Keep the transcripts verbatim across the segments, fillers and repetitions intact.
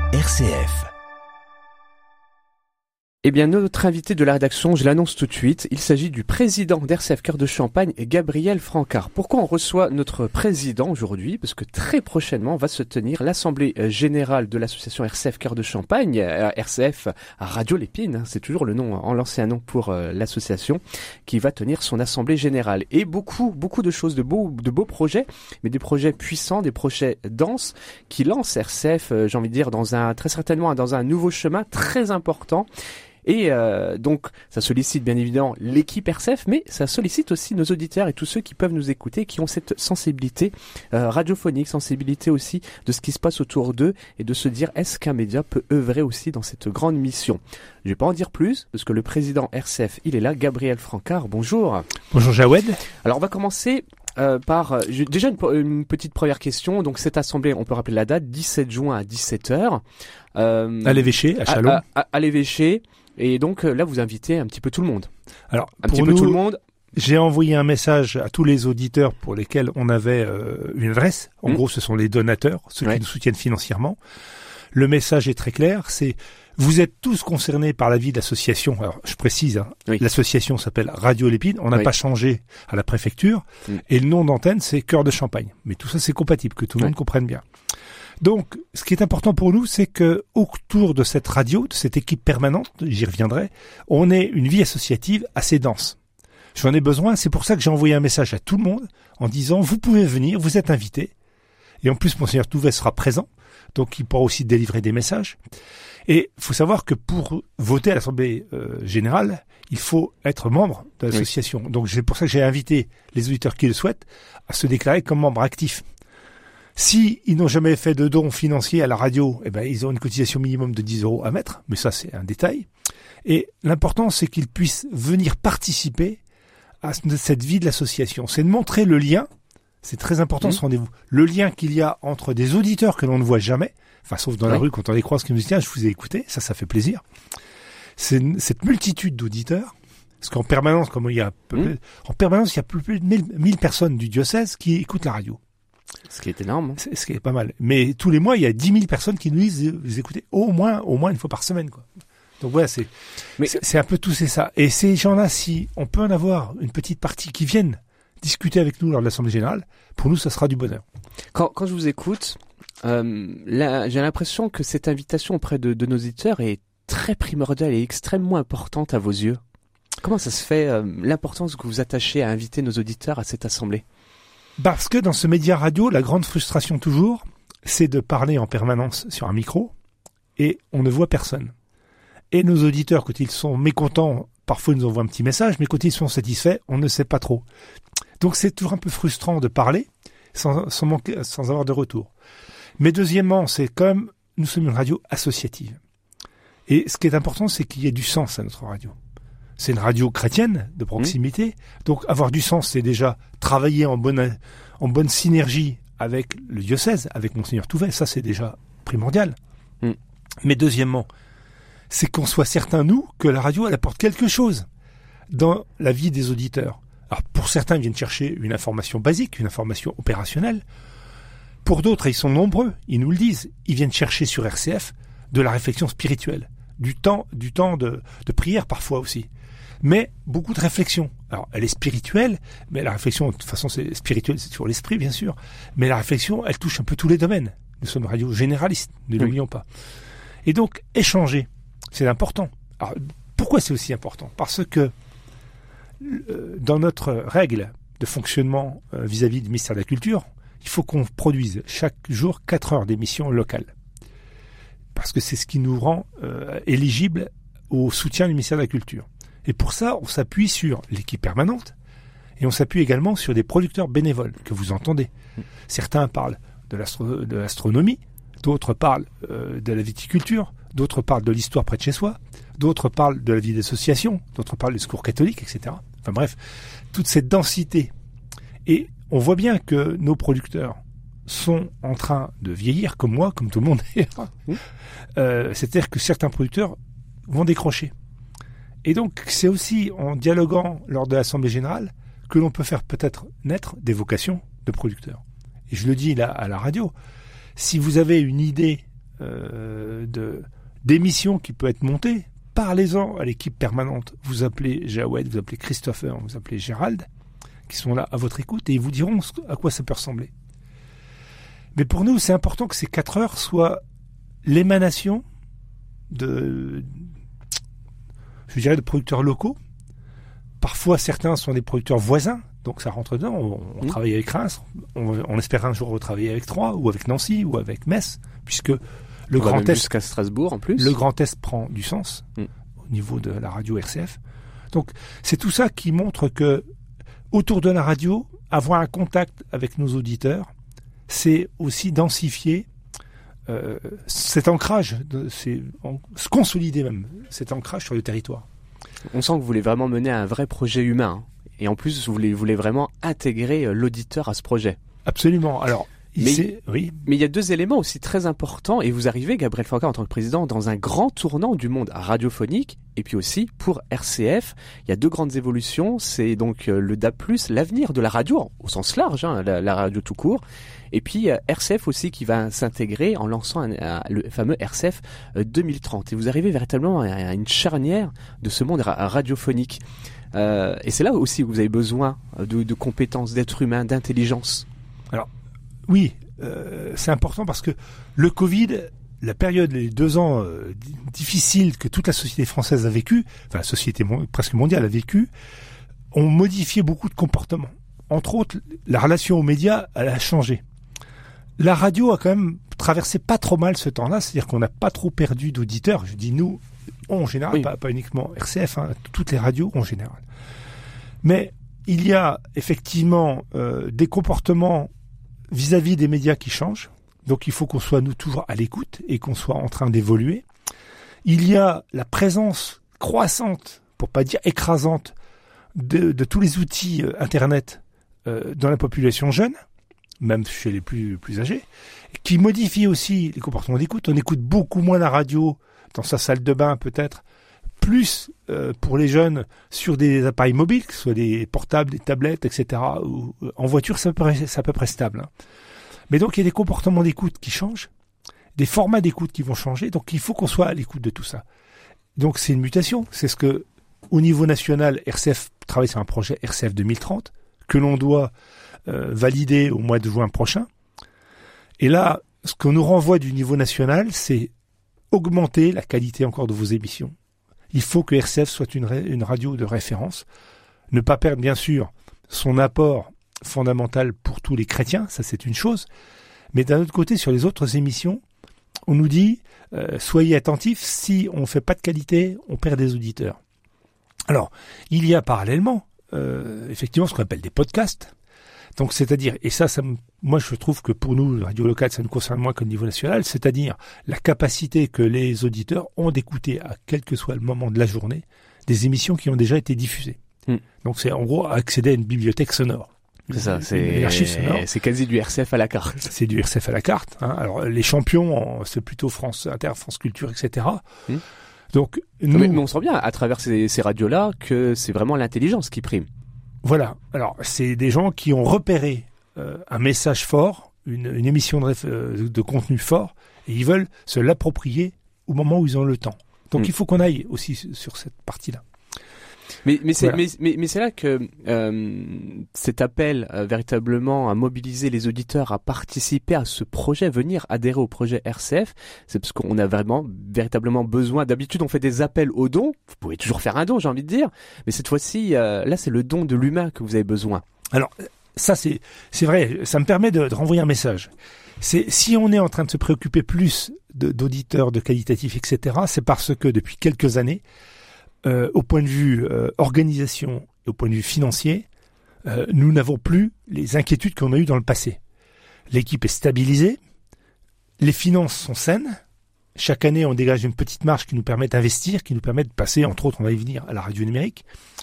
R C F. Eh bien, notre invité de la rédaction, je l'annonce tout de suite, il s'agit du président d'R C F Cœur de Champagne, Gabriel Francard. Pourquoi on reçoit notre président aujourd'hui ? Parce que très prochainement va se tenir l'Assemblée Générale de l'association R C F Cœur de Champagne, R C F Radio Lépine, hein, c'est toujours le nom, en l'ancien nom pour euh, l'association, qui va tenir son Assemblée Générale. Et beaucoup, beaucoup de choses, de beaux, de beaux projets, mais des projets puissants, des projets denses, qui lancent R C F, euh, j'ai envie de dire, dans un, très certainement dans un nouveau chemin très important. Et euh, donc, ça sollicite bien évidemment l'équipe R C F, mais ça sollicite aussi nos auditeurs et tous ceux qui peuvent nous écouter, qui ont cette sensibilité euh, radiophonique, sensibilité aussi de ce qui se passe autour d'eux et de se dire est-ce qu'un média peut œuvrer aussi dans cette grande mission. Je vais pas en dire plus, parce que le président R C F, il est là, Gabriel Francard, bonjour. Bonjour Jawed. Alors on va commencer Euh, par euh, déjà une, une petite première question. Donc cette assemblée, on peut rappeler la date, dix-sept juin à dix-sept heures. Euh, à l'évêché, à Châlons. À, à, à l'évêché. Et donc euh, là, vous invitez un petit peu tout le monde. Alors, un pour petit nous, peu tout le monde. J'ai envoyé un message à tous les auditeurs pour lesquels on avait euh, une adresse. En mmh. gros, ce sont les donateurs, ceux ouais. qui nous soutiennent financièrement. Le message est très clair, c'est vous êtes tous concernés par la vie de l'association. Alors, je précise, hein, oui. l'association s'appelle Radio Lépine. On n'a oui. pas changé à la préfecture. Mm. Et le nom d'antenne, c'est Cœur de Champagne. Mais tout ça, c'est compatible, que tout le oui. monde comprenne bien. Donc, ce qui est important pour nous, c'est que autour de cette radio, de cette équipe permanente, j'y reviendrai, on ait une vie associative assez dense. J'en ai besoin. C'est pour ça que j'ai envoyé un message à tout le monde en disant, vous pouvez venir, vous êtes invités. Et en plus, Monseigneur Touvet sera présent. Donc, il pourra aussi délivrer des messages. Et il faut savoir que pour voter à l'Assemblée euh, Générale, il faut être membre de l'association. Oui. Donc, c'est pour ça que j'ai invité les auditeurs qui le souhaitent à se déclarer comme membres actifs. Si ils n'ont jamais fait de dons financiers à la radio, eh ben, ils ont une cotisation minimum de dix euros à mettre. Mais ça, c'est un détail. Et l'important, c'est qu'ils puissent venir participer à cette vie de l'association. C'est de montrer le lien. C'est très important mmh. ce rendez-vous. Le lien qu'il y a entre des auditeurs que l'on ne voit jamais, enfin sauf dans oui. la rue quand on les croise qui nous disent tiens je vous ai écouté, ça ça fait plaisir. C'est une, cette multitude d'auditeurs, parce qu'en permanence comme il y a mmh. en permanence il y a plus de mille personnes du diocèse qui écoutent la radio. Ce qui est énorme. C'est, ce qui est pas mal. Mais tous les mois il y a dix mille personnes qui nous disent vous écoutez au moins au moins une fois par semaine quoi. Donc voilà c'est Mais... c'est, c'est un peu tout c'est ça. Et ces gens-là si on peut en avoir une petite partie qui viennent discuter avec nous lors de l'Assemblée Générale, pour nous, ça sera du bonheur. Quand, quand je vous écoute, euh, là, j'ai l'impression que cette invitation auprès de, de nos auditeurs est très primordiale et extrêmement importante à vos yeux. Comment ça se fait, euh, l'importance que vous attachez à inviter nos auditeurs à cette Assemblée ? Parce que dans ce média radio, la grande frustration toujours, c'est de parler en permanence sur un micro et on ne voit personne. Et nos auditeurs, quand ils sont mécontents, parfois ils nous envoient un petit message, mais quand ils sont satisfaits, on ne sait pas trop. Donc c'est toujours un peu frustrant de parler sans, sans, manquer, sans avoir de retour. Mais deuxièmement, c'est comme nous sommes une radio associative. Et ce qui est important, c'est qu'il y ait du sens à notre radio. C'est une radio chrétienne de proximité. Mmh. Donc avoir du sens, c'est déjà travailler en bonne, en bonne synergie avec le diocèse, avec Monseigneur Touvet. Ça, c'est déjà primordial. Mmh. Mais deuxièmement, c'est qu'on soit certain, nous, que la radio, elle apporte quelque chose dans la vie des auditeurs. Alors, pour certains, ils viennent chercher une information basique, une information opérationnelle. Pour d'autres, et ils sont nombreux, ils nous le disent, ils viennent chercher sur R C F de la réflexion spirituelle, du temps, du temps de, de prière parfois aussi. Mais beaucoup de réflexion. Alors, elle est spirituelle, mais la réflexion, de toute façon, c'est spirituel, c'est sur l'esprit, bien sûr. Mais la réflexion, elle touche un peu tous les domaines. Nous sommes radio généraliste, ne oui. l'oublions pas. Et donc, échanger, c'est important. Alors, pourquoi c'est aussi important ? Parce que dans notre règle de fonctionnement euh, vis-à-vis du ministère de la Culture, il faut qu'on produise chaque jour quatre heures d'émissions locales. Parce que c'est ce qui nous rend euh, éligibles au soutien du ministère de la Culture. Et pour ça, on s'appuie sur l'équipe permanente et on s'appuie également sur des producteurs bénévoles que vous entendez. Certains parlent de, l'astro- de l'astronomie, d'autres parlent euh, de la viticulture, d'autres parlent de l'histoire près de chez soi, d'autres parlent de la vie d'association, d'autres parlent du secours catholique, et cetera. Enfin bref, toute cette densité. Et on voit bien que nos producteurs sont en train de vieillir, comme moi, comme tout le monde d'ailleurs. Mmh. Euh, c'est-à-dire que certains producteurs vont décrocher. Et donc, c'est aussi en dialoguant lors de l'Assemblée Générale que l'on peut faire peut-être naître des vocations de producteurs. Et je le dis là à la radio, si vous avez une idée euh, de, d'émissions qui peut être montée, parlez-en à l'équipe permanente. Vous appelez Jawed, vous appelez Christopher, vous appelez Gérald, qui sont là à votre écoute et ils vous diront à quoi ça peut ressembler. Mais pour nous, c'est important que ces quatre heures soient l'émanation de, je dirais, de producteurs locaux. Parfois, certains sont des producteurs voisins, donc ça rentre dedans. On, on mmh. travaille avec Reims, on, on espère un jour retravailler avec Troyes, ou avec Nancy, ou avec Metz, puisque le on Grand Est, jusqu'à Strasbourg en plus. Le Grand Est prend du sens mmh. au niveau de la radio R C F. Donc, c'est tout ça qui montre que autour de la radio, avoir un contact avec nos auditeurs, c'est aussi densifier euh, cet ancrage, de, c'est en, se consolider même cet ancrage sur le territoire. On sent que vous voulez vraiment mener un vrai projet humain, hein. Et en plus vous voulez, vous voulez vraiment intégrer l'auditeur à ce projet. Absolument. Alors, mais, c'est, oui. mais il y a deux éléments aussi très importants et vous arrivez, Gabriel Franquart, en tant que président, dans un grand tournant du monde radiophonique et puis aussi pour R C F. Il y a deux grandes évolutions, c'est donc le D A B plus, l'avenir de la radio au sens large, hein, la, la radio tout court. Et puis R C F aussi qui va s'intégrer en lançant un, un, le fameux R C F deux mille trente. Et vous arrivez véritablement à une charnière de ce monde ra- radiophonique. Euh, et c'est là aussi où vous avez besoin de, de compétences, d'êtres humains, d'intelligence. Alors, oui, euh, c'est important parce que le Covid, la période, les deux ans euh, difficiles que toute la société française a vécu, enfin la société mon- presque mondiale a vécu, ont modifié beaucoup de comportements. Entre autres, la relation aux médias, elle a changé. La radio a quand même traversé pas trop mal ce temps-là, c'est-à-dire qu'on n'a pas trop perdu d'auditeurs. Je dis nous, en général, oui. pas, pas uniquement R C F, hein, toutes les radios en général. Mais il y a effectivement euh, des comportements vis-à-vis des médias qui changent. Donc il faut qu'on soit nous toujours à l'écoute et qu'on soit en train d'évoluer. Il y a la présence croissante, pour pas dire écrasante, de, de tous les outils euh, Internet euh, dans la population jeune, même chez les plus, plus âgés, qui modifie aussi les comportements d'écoute. On écoute beaucoup moins la radio dans sa salle de bain peut-être, plus euh, pour les jeunes sur des appareils mobiles, que ce soit des portables, des tablettes, et cetera. Ou, euh, en voiture, c'est à peu près, c'est à peu près stable. Hein. Mais donc, il y a des comportements d'écoute qui changent, des formats d'écoute qui vont changer, donc il faut qu'on soit à l'écoute de tout ça. Donc, c'est une mutation. C'est ce que, au niveau national, R C F travaille sur un projet R C F deux mille trente, que l'on doit euh, valider au mois de juin prochain. Et là, ce qu'on nous renvoie du niveau national, c'est augmenter la qualité encore de vos émissions. Il faut que R C F soit une, ra- une radio de référence. Ne pas perdre, bien sûr, son apport fondamental pour tous les chrétiens, ça c'est une chose. Mais d'un autre côté, sur les autres émissions, on nous dit, euh, soyez attentifs, si on ne fait pas de qualité, on perd des auditeurs. Alors, il y a parallèlement, euh, effectivement, ce qu'on appelle des podcasts. Donc, c'est-à-dire, et ça, ça, moi, je trouve que pour nous, radio locale, ça nous concerne moins qu'au niveau national, c'est-à-dire la capacité que les auditeurs ont d'écouter, à quel que soit le moment de la journée, des émissions qui ont déjà été diffusées. Mm. Donc, c'est en gros accéder à une bibliothèque sonore. C'est ça, c'est, c'est quasi du R C F à la carte. C'est du R C F à la carte. Hein. Alors, les champions, c'est plutôt France Inter, France Culture, et cetera. Mm. Donc, nous... mais, mais on sent bien, à travers ces, ces radios-là, que c'est vraiment l'intelligence qui prime. Voilà. Alors, c'est des gens qui ont repéré euh, un message fort, une, une émission de, réf- euh, de contenu fort, et ils veulent se l'approprier au moment où ils ont le temps. Donc, mmh. il faut qu'on aille aussi sur cette partie-là. Mais, mais, c'est, voilà. mais, mais, mais c'est là que euh, cet appel euh, véritablement à mobiliser les auditeurs à participer à ce projet, venir adhérer au projet R C F, c'est parce qu'on a vraiment véritablement besoin. D'habitude, on fait des appels aux dons. Vous pouvez toujours faire un don, j'ai envie de dire. Mais cette fois-ci, euh, là, c'est le don de l'humain que vous avez besoin. Alors, ça, c'est, c'est vrai. Ça me permet de, de renvoyer un message. C'est, si on est en train de se préoccuper plus de, d'auditeurs, de qualitatifs, et cetera, c'est parce que depuis quelques années, Euh, au point de vue euh, organisation et au point de vue financier, euh, nous n'avons plus les inquiétudes qu'on a eues dans le passé. L'équipe est stabilisée, les finances sont saines, chaque année on dégage une petite marge qui nous permet d'investir, qui nous permet de passer, entre autres on va y venir, à la radio numérique.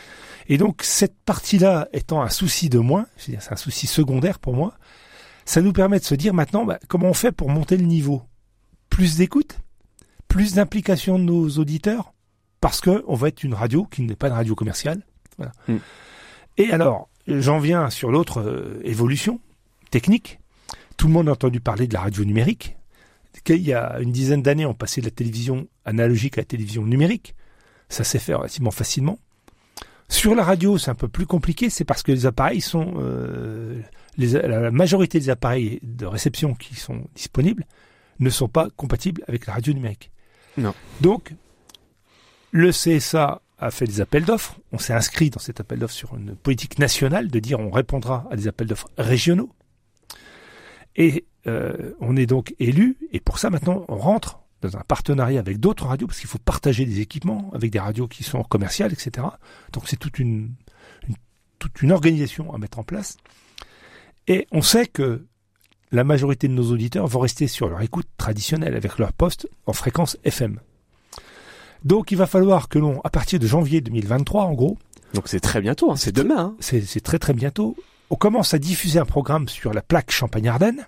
Et donc cette partie-là étant un souci de moins, c'est-à-dire c'est un souci secondaire pour moi, ça nous permet de se dire maintenant bah, comment on fait pour monter le niveau. Plus d'écoute, plus d'implication de nos auditeurs, parce que on va être une radio qui n'est pas une radio commerciale. Voilà. Mm. Et alors, j'en viens sur l'autre euh, évolution technique. Tout le monde a entendu parler de la radio numérique. qu'il y a une dizaine d'années, on passait de la télévision analogique à la télévision numérique. Ça s'est fait relativement facilement. Sur la radio, c'est un peu plus compliqué, c'est parce que les appareils sont... Euh, les, la majorité des appareils de réception qui sont disponibles ne sont pas compatibles avec la radio numérique. Non. Donc, le C S A a fait des appels d'offres. On s'est inscrit dans cet appel d'offres sur une politique nationale de dire on répondra à des appels d'offres régionaux. Et euh, on est donc élu. Et pour ça, maintenant, on rentre dans un partenariat avec d'autres radios parce qu'il faut partager des équipements avec des radios qui sont commerciales, et cetera. Donc, c'est toute une, une, toute une organisation à mettre en place. Et on sait que la majorité de nos auditeurs vont rester sur leur écoute traditionnelle avec leur poste en fréquence F M. Donc, il va falloir que l'on, à partir de janvier deux mille vingt-trois, en gros... Donc, c'est très bientôt, hein, c'est, c'est demain. Hein. C'est, c'est très très bientôt. On commence à diffuser un programme sur la plaque Champagne-Ardenne.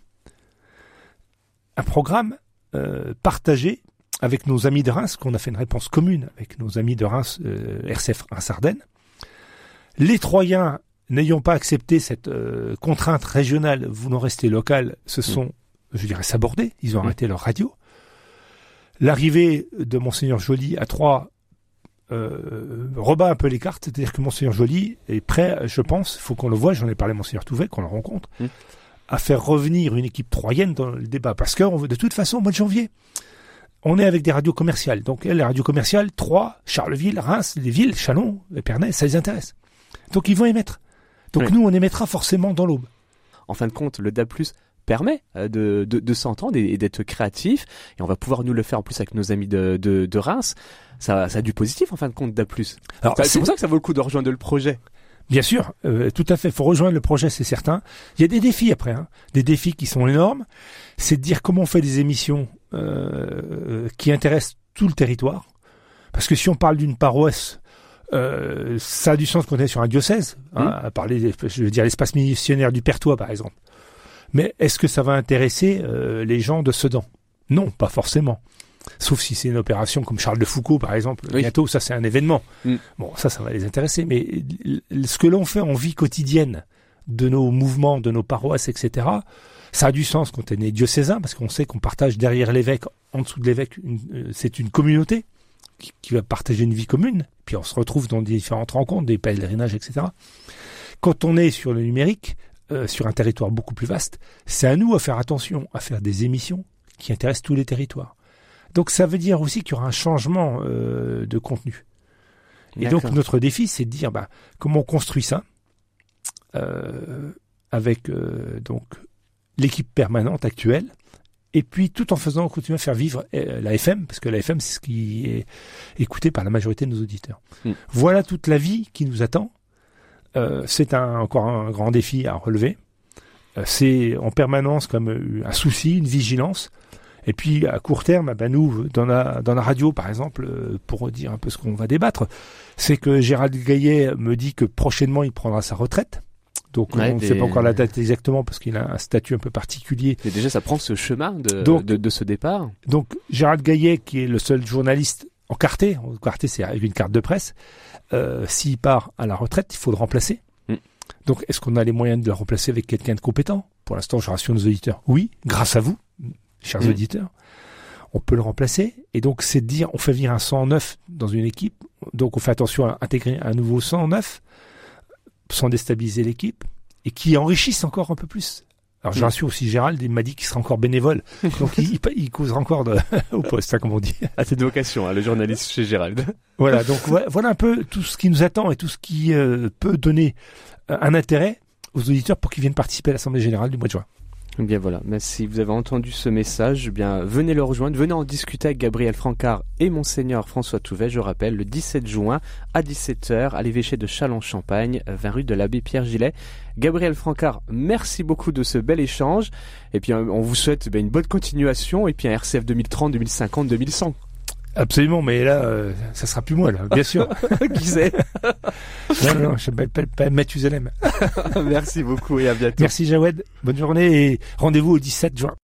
Un programme euh, partagé avec nos amis de Reims, qu'on a fait une réponse commune avec nos amis de Reims, euh, R C F Reims-Ardennes. Les Troyens, n'ayant pas accepté cette euh, contrainte régionale, voulant rester local, se sont, mmh. je dirais, sabordés. Ils ont mmh. arrêté leur radio. L'arrivée de Monseigneur Joly à Troyes euh, rebat un peu les cartes. C'est-à-dire que Monseigneur Joly est prêt, je pense, il faut qu'on le voie, j'en ai parlé à Monseigneur Touvet, qu'on le rencontre, mmh. à faire revenir une équipe troyenne dans le débat. Parce que, on veut, de toute façon, au mois de janvier, on est avec des radios commerciales. Donc, les radios commerciales, Troyes, Charleville, Reims, les villes, Châlons, Épernay, ça les intéresse. Donc, ils vont émettre. Donc oui. Nous, on émettra forcément dans l'aube. En fin de compte, le D A B plus, permet de, de, de s'entendre et, et d'être créatif. Et on va pouvoir nous le faire en plus avec nos amis de, de, de Reims. Ça, ça a du positif en fin de compte, D A B plus. Alors, c'est, c'est pour ça que ça vaut le coup de rejoindre le projet. Bien sûr, euh, tout à fait. Il faut rejoindre le projet, c'est certain. Il y a des défis après, hein. Des défis qui sont énormes. C'est de dire comment on fait des émissions euh, qui intéressent tout le territoire. Parce que si on parle d'une paroisse... Euh, ça a du sens qu'on est sur un diocèse, hein, mmh. à parler, je veux dire, l'espace missionnaire du Pertois, par exemple. Mais est-ce que ça va intéresser euh, les gens de Sedan ? Non, pas forcément. Sauf si c'est une opération comme Charles de Foucault, par exemple. Oui. Bientôt, ça, c'est un événement. Mmh. Bon, ça, ça va les intéresser. Mais ce que l'on fait en vie quotidienne de nos mouvements, de nos paroisses, et cetera, ça a du sens quand on est diocésain, parce qu'on sait qu'on partage derrière l'évêque, en dessous de l'évêque, une, euh, c'est une communauté qui, qui va partager une vie commune. Puis on se retrouve dans différentes rencontres, des pèlerinages, et cetera. Quand on est sur le numérique, euh, sur un territoire beaucoup plus vaste, c'est à nous à faire attention, à faire des émissions qui intéressent tous les territoires. Donc ça veut dire aussi qu'il y aura un changement euh, de contenu. Et D'accord. donc notre défi, c'est de dire bah, comment on construit ça euh, avec euh, donc l'équipe permanente actuelle, et puis tout en faisant continuer à faire vivre euh, la F M, parce que la F M, c'est ce qui est écouté par la majorité de nos auditeurs. Mmh. Voilà toute la vie qui nous attend. Euh, c'est un, encore un grand défi à relever. Euh, c'est en permanence comme un souci, une vigilance. Et puis à court terme, ben nous, dans la, dans la radio par exemple, euh, pour dire un peu ce qu'on va débattre, c'est que Gérald Gaillet me dit que prochainement il prendra sa retraite. Donc ouais, on ne des... sait pas encore la date exactement parce qu'il a un statut un peu particulier. Et déjà ça prend ce chemin de, donc, de, de ce départ. Donc Gérald Gaillet, qui est le seul journaliste encarté, encarté c'est avec une carte de presse, euh, s'il part à la retraite, il faut le remplacer. Mm. Donc est-ce qu'on a les moyens de le remplacer avec quelqu'un de compétent ? Pour l'instant, je rassure nos auditeurs. Oui, grâce à vous, chers mmh. auditeurs, on peut le remplacer. Et donc, c'est de dire, on fait venir un sang neuf dans une équipe. Donc, on fait attention à intégrer un nouveau sang neuf, sans déstabiliser l'équipe, et qui enrichisse encore un peu plus. Alors, je mmh. rassure aussi Gérald, il m'a dit qu'il sera encore bénévole. Donc, il, il, il causera encore de, au poste, hein, comme on dit. Ah, c'est de vocation, hein, le journaliste chez Gérald. Voilà, donc, voilà un peu tout ce qui nous attend et tout ce qui euh, peut donner euh, un intérêt aux auditeurs pour qu'ils viennent participer à l'Assemblée Générale du mois de juin. Bien voilà, mais si vous avez entendu ce message, eh bien venez le rejoindre, venez en discuter avec Gabriel Francard et Monseigneur François Touvet, je rappelle, le dix-sept juin à dix-sept heures à l'évêché de Châlons-Champagne, vingt rue de l'abbé Pierre-Gillet. Gabriel Francard, merci beaucoup de ce bel échange, et puis on vous souhaite ben, une bonne continuation, et puis un R C F deux mille trente, deux mille cinquante, deux mille cent. Absolument, mais là, euh, ça sera plus moi, là, bien sûr. Qui sait? Non, non, non, je m'appelle pas Mathusalem. Merci beaucoup et à bientôt. Merci Jawed, bonne journée et rendez-vous au dix-sept juin.